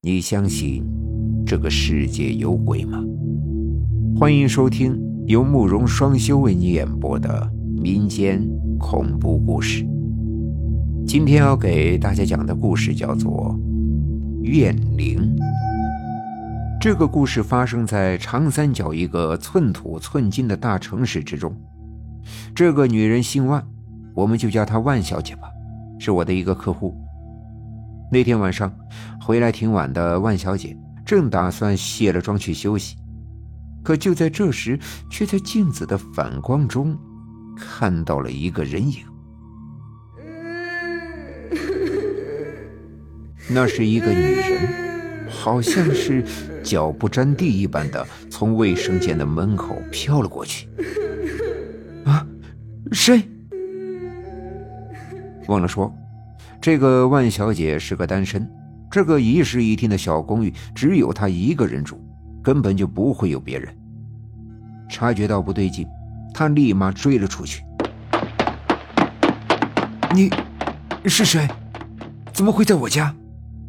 你相信这个世界有鬼吗？欢迎收听由慕容双修为你演播的民间恐怖故事。今天要给大家讲的故事叫做怨灵。这个故事发生在长三角一个寸土寸金的大城市之中。这个女人姓万，我们就叫她万小姐吧，是我的一个客户。那天晚上回来挺晚的万小姐正打算卸了妆去休息，可就在这时，却在镜子的反光中看到了一个人影。那是一个女人，好像是脚不沾地一般的从卫生间的门口飘了过去。啊，谁？忘了说，这个万小姐是个单身，这个一室一厅的小公寓只有她一个人住，根本就不会有别人。察觉到不对劲，她立马追了出去。你是谁？怎么会在我家？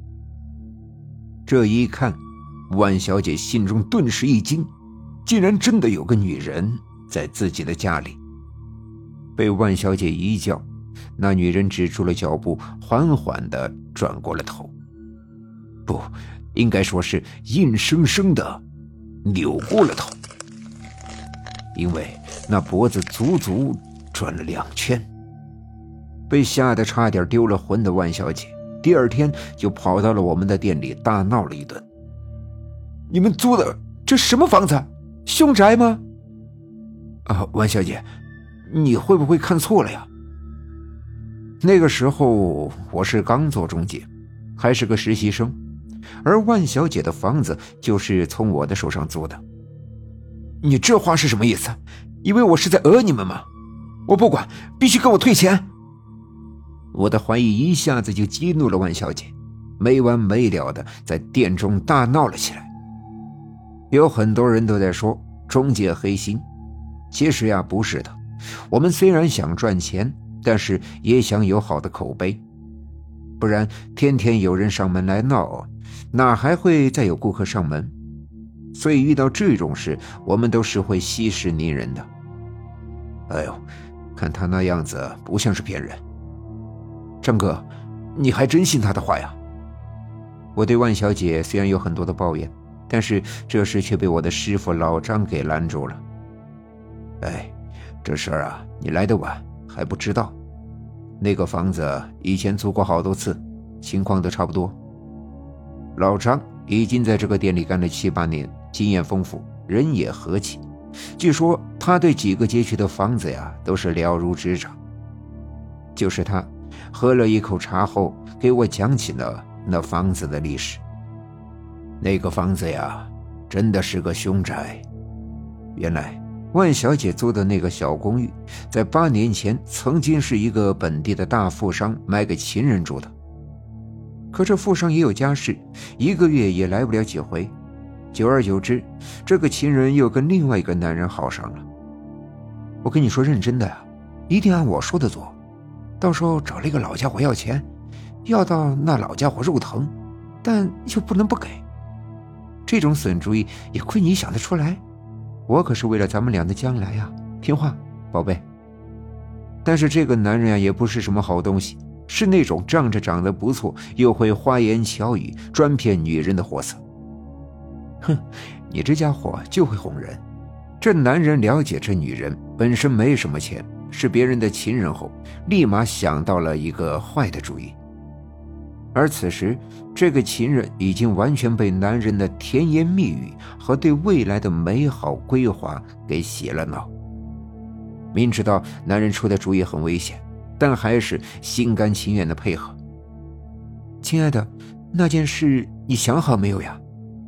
这一看，万小姐心中顿时一惊，竟然真的有个女人在自己的家里。被万小姐一叫，那女人止住了脚步，缓缓地转过了头，不，应该说是硬生生地扭过了头，因为那脖子足足转了2圈。被吓得差点丢了魂的万小姐第二天就跑到了我们的店里大闹了一顿。你们租的这什么房子？凶宅吗？万小姐，你会不会看错了呀？那个时候我是刚做中介，还是个实习生，而万小姐的房子就是从我的手上租的。你这话是什么意思？以为我是在讹你们吗？我不管，必须跟我退钱！我的怀疑一下子就激怒了万小姐，没完没了的在店中大闹了起来。有很多人都在说中介黑心，其实呀不是的，我们虽然想赚钱，但是也想有好的口碑，不然天天有人上门来闹，哪还会再有顾客上门？所以遇到这种事，我们都是会息事宁人的。哎呦，看他那样子不像是骗人。张哥，你还真信他的话呀？我对万小姐虽然有很多的抱怨，但是这时却被我的师傅老张给拦住了。这事儿啊，你来得晚还不知道。那个房子以前租过好多次，情况都差不多。老张已经在这个店里干了7、8年，经验丰富，人也和气。据说他对几个街区的房子呀都是了如指掌。就是他喝了一口茶后，给我讲起了那房子的历史。那个房子呀，真的是个凶宅。原来万小姐租的那个小公寓，在8年前曾经是一个本地的大富商买给情人住的。可这富商也有家室，1个月也来不了几回。久而久之，这个情人又跟另外一个男人好上了。我跟你说认真的呀，一定按我说的做。到时候找了一个老家伙要钱，要到那老家伙肉疼，但又不能不给。这种损主意也亏你想得出来，我可是为了咱们俩的将来呀，听话，宝贝。但是这个男人呀，也不是什么好东西，是那种仗着长得不错，又会花言巧语，专骗女人的货色。哼，你这家伙就会哄人。这男人了解这女人本身没什么钱，是别人的情人后，立马想到了一个坏的主意。而此时，这个情人已经完全被男人的甜言蜜语和对未来的美好规划给洗了脑。明知道男人出的主意很危险，但还是心甘情愿的配合。亲爱的，那件事你想好没有呀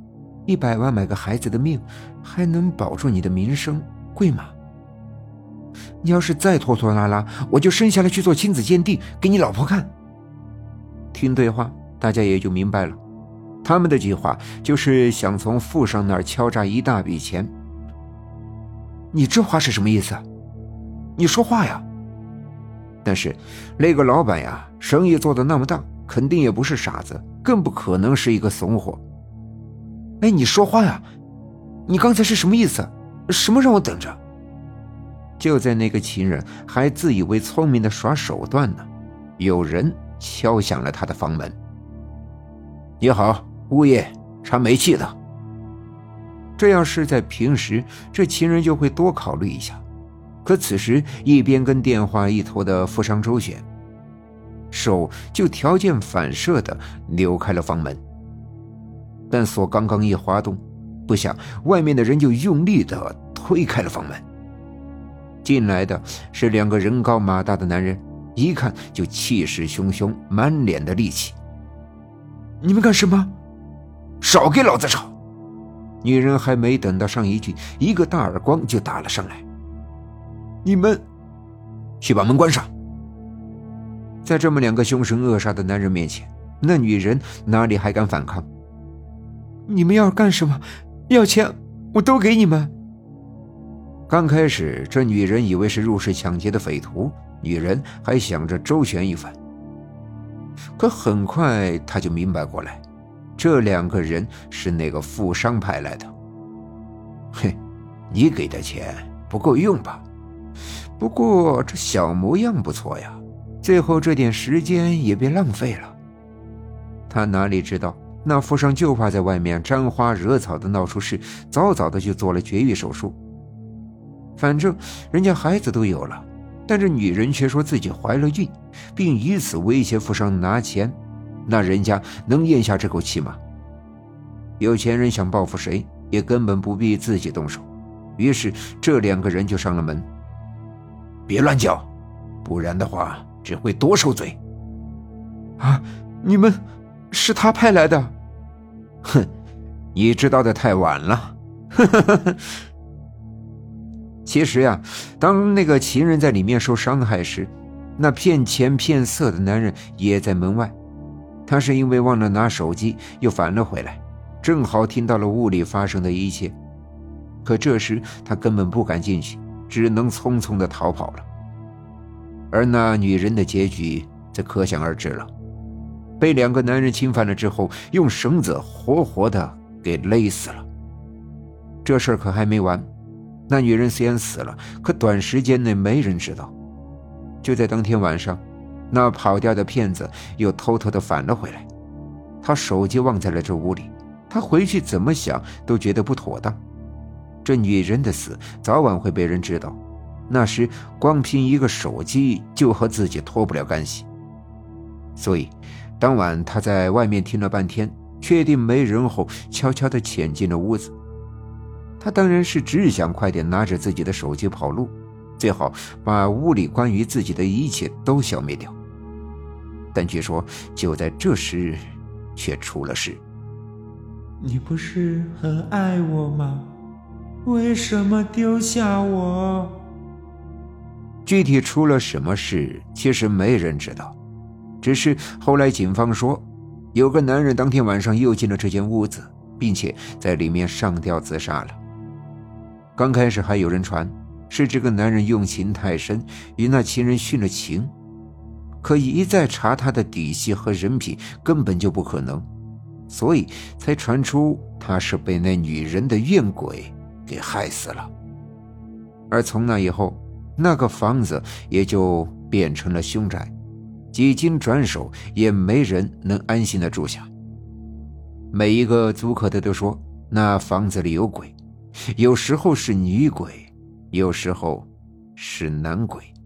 ？100万买个孩子的命，还能保住你的名声，贵吗？你要是再拖拖拉拉，我就生下来去做亲子鉴定给你老婆看。听对话，大家也就明白了，他们的计划就是想从富商那儿敲诈一大笔钱。你这话是什么意思？你说话呀！但是那个老板呀，生意做得那么大， 肯定也不是傻子，更不可能是一个怂货。哎，你说话呀！你刚才是什么意思？什么让我等着？就在那个情人还自以为聪明的耍手段呢，有人敲响了他的房门。你好，物业，查煤气的。这要是在平时，这情人就会多考虑一下，可此时一边跟电话一头的富商周旋，手就条件反射地扭开了房门。但锁刚刚一滑动，不想外面的人就用力地推开了房门。进来的是2个人高马大的男人，一看就气势汹汹，满脸的戾气。你们干什么？少给老子吵！女人还没等到上一句，一个大耳光就打了上来。你们去把门关上！在这么2个凶神恶煞的男人面前，那女人哪里还敢反抗？你们要干什么？要钱我都给你们。刚开始这女人以为是入室抢劫的匪徒，女人还想着周旋一番，可很快她就明白过来，这2个人是那个富商派来的。嘿，你给的钱不够用吧？不过这小模样不错呀，最后这点时间也别浪费了。他哪里知道，那富商就怕在外面沾花惹草的闹出事，早早的就做了绝育手术。反正人家孩子都有了，但这女人却说自己怀了孕，并以此威胁富商拿钱，那人家能咽下这口气吗？有钱人想报复谁，也根本不必自己动手。于是这2个人就上了门。别乱叫，不然的话只会多受罪。啊，你们是他派来的？哼，你知道的太晚了。其实呀，当那个情人在里面受伤害时，那骗钱骗色的男人也在门外。他是因为忘了拿手机，又返了回来，正好听到了屋里发生的一切。可这时他根本不敢进去，只能匆匆地逃跑了。而那女人的结局则可想而知了，被2个男人侵犯了之后，用绳子活活地给勒死了。这事儿可还没完，那女人虽然死了，可短时间内没人知道。就在当天晚上，那跑掉的骗子又偷偷地返了回来，他手机忘在了这屋里，他回去怎么想都觉得不妥当。这女人的死早晚会被人知道，那时光凭一个手机就和自己脱不了干系。所以当晚他在外面听了半天，确定没人后，悄悄地潜进了屋子。他当然是只想快点拿着自己的手机跑路，最好把屋里关于自己的一切都消灭掉。但据说就在这时却出了事。 你不是很爱我吗？为什么丢下我？ 具体出了什么事，其实没人知道，只是后来警方说，有个男人当天晚上又进了这间屋子，并且在里面上吊自杀了。刚开始还有人传是这个男人用情太深，与那情人殉了情，可一再查他的底细和人品，根本就不可能，所以才传出他是被那女人的怨鬼给害死了。而从那以后，那个房子也就变成了凶宅，几经转手也没人能安心的住下。每一个租客的都说那房子里有鬼，有时候是女鬼，有时候是男鬼。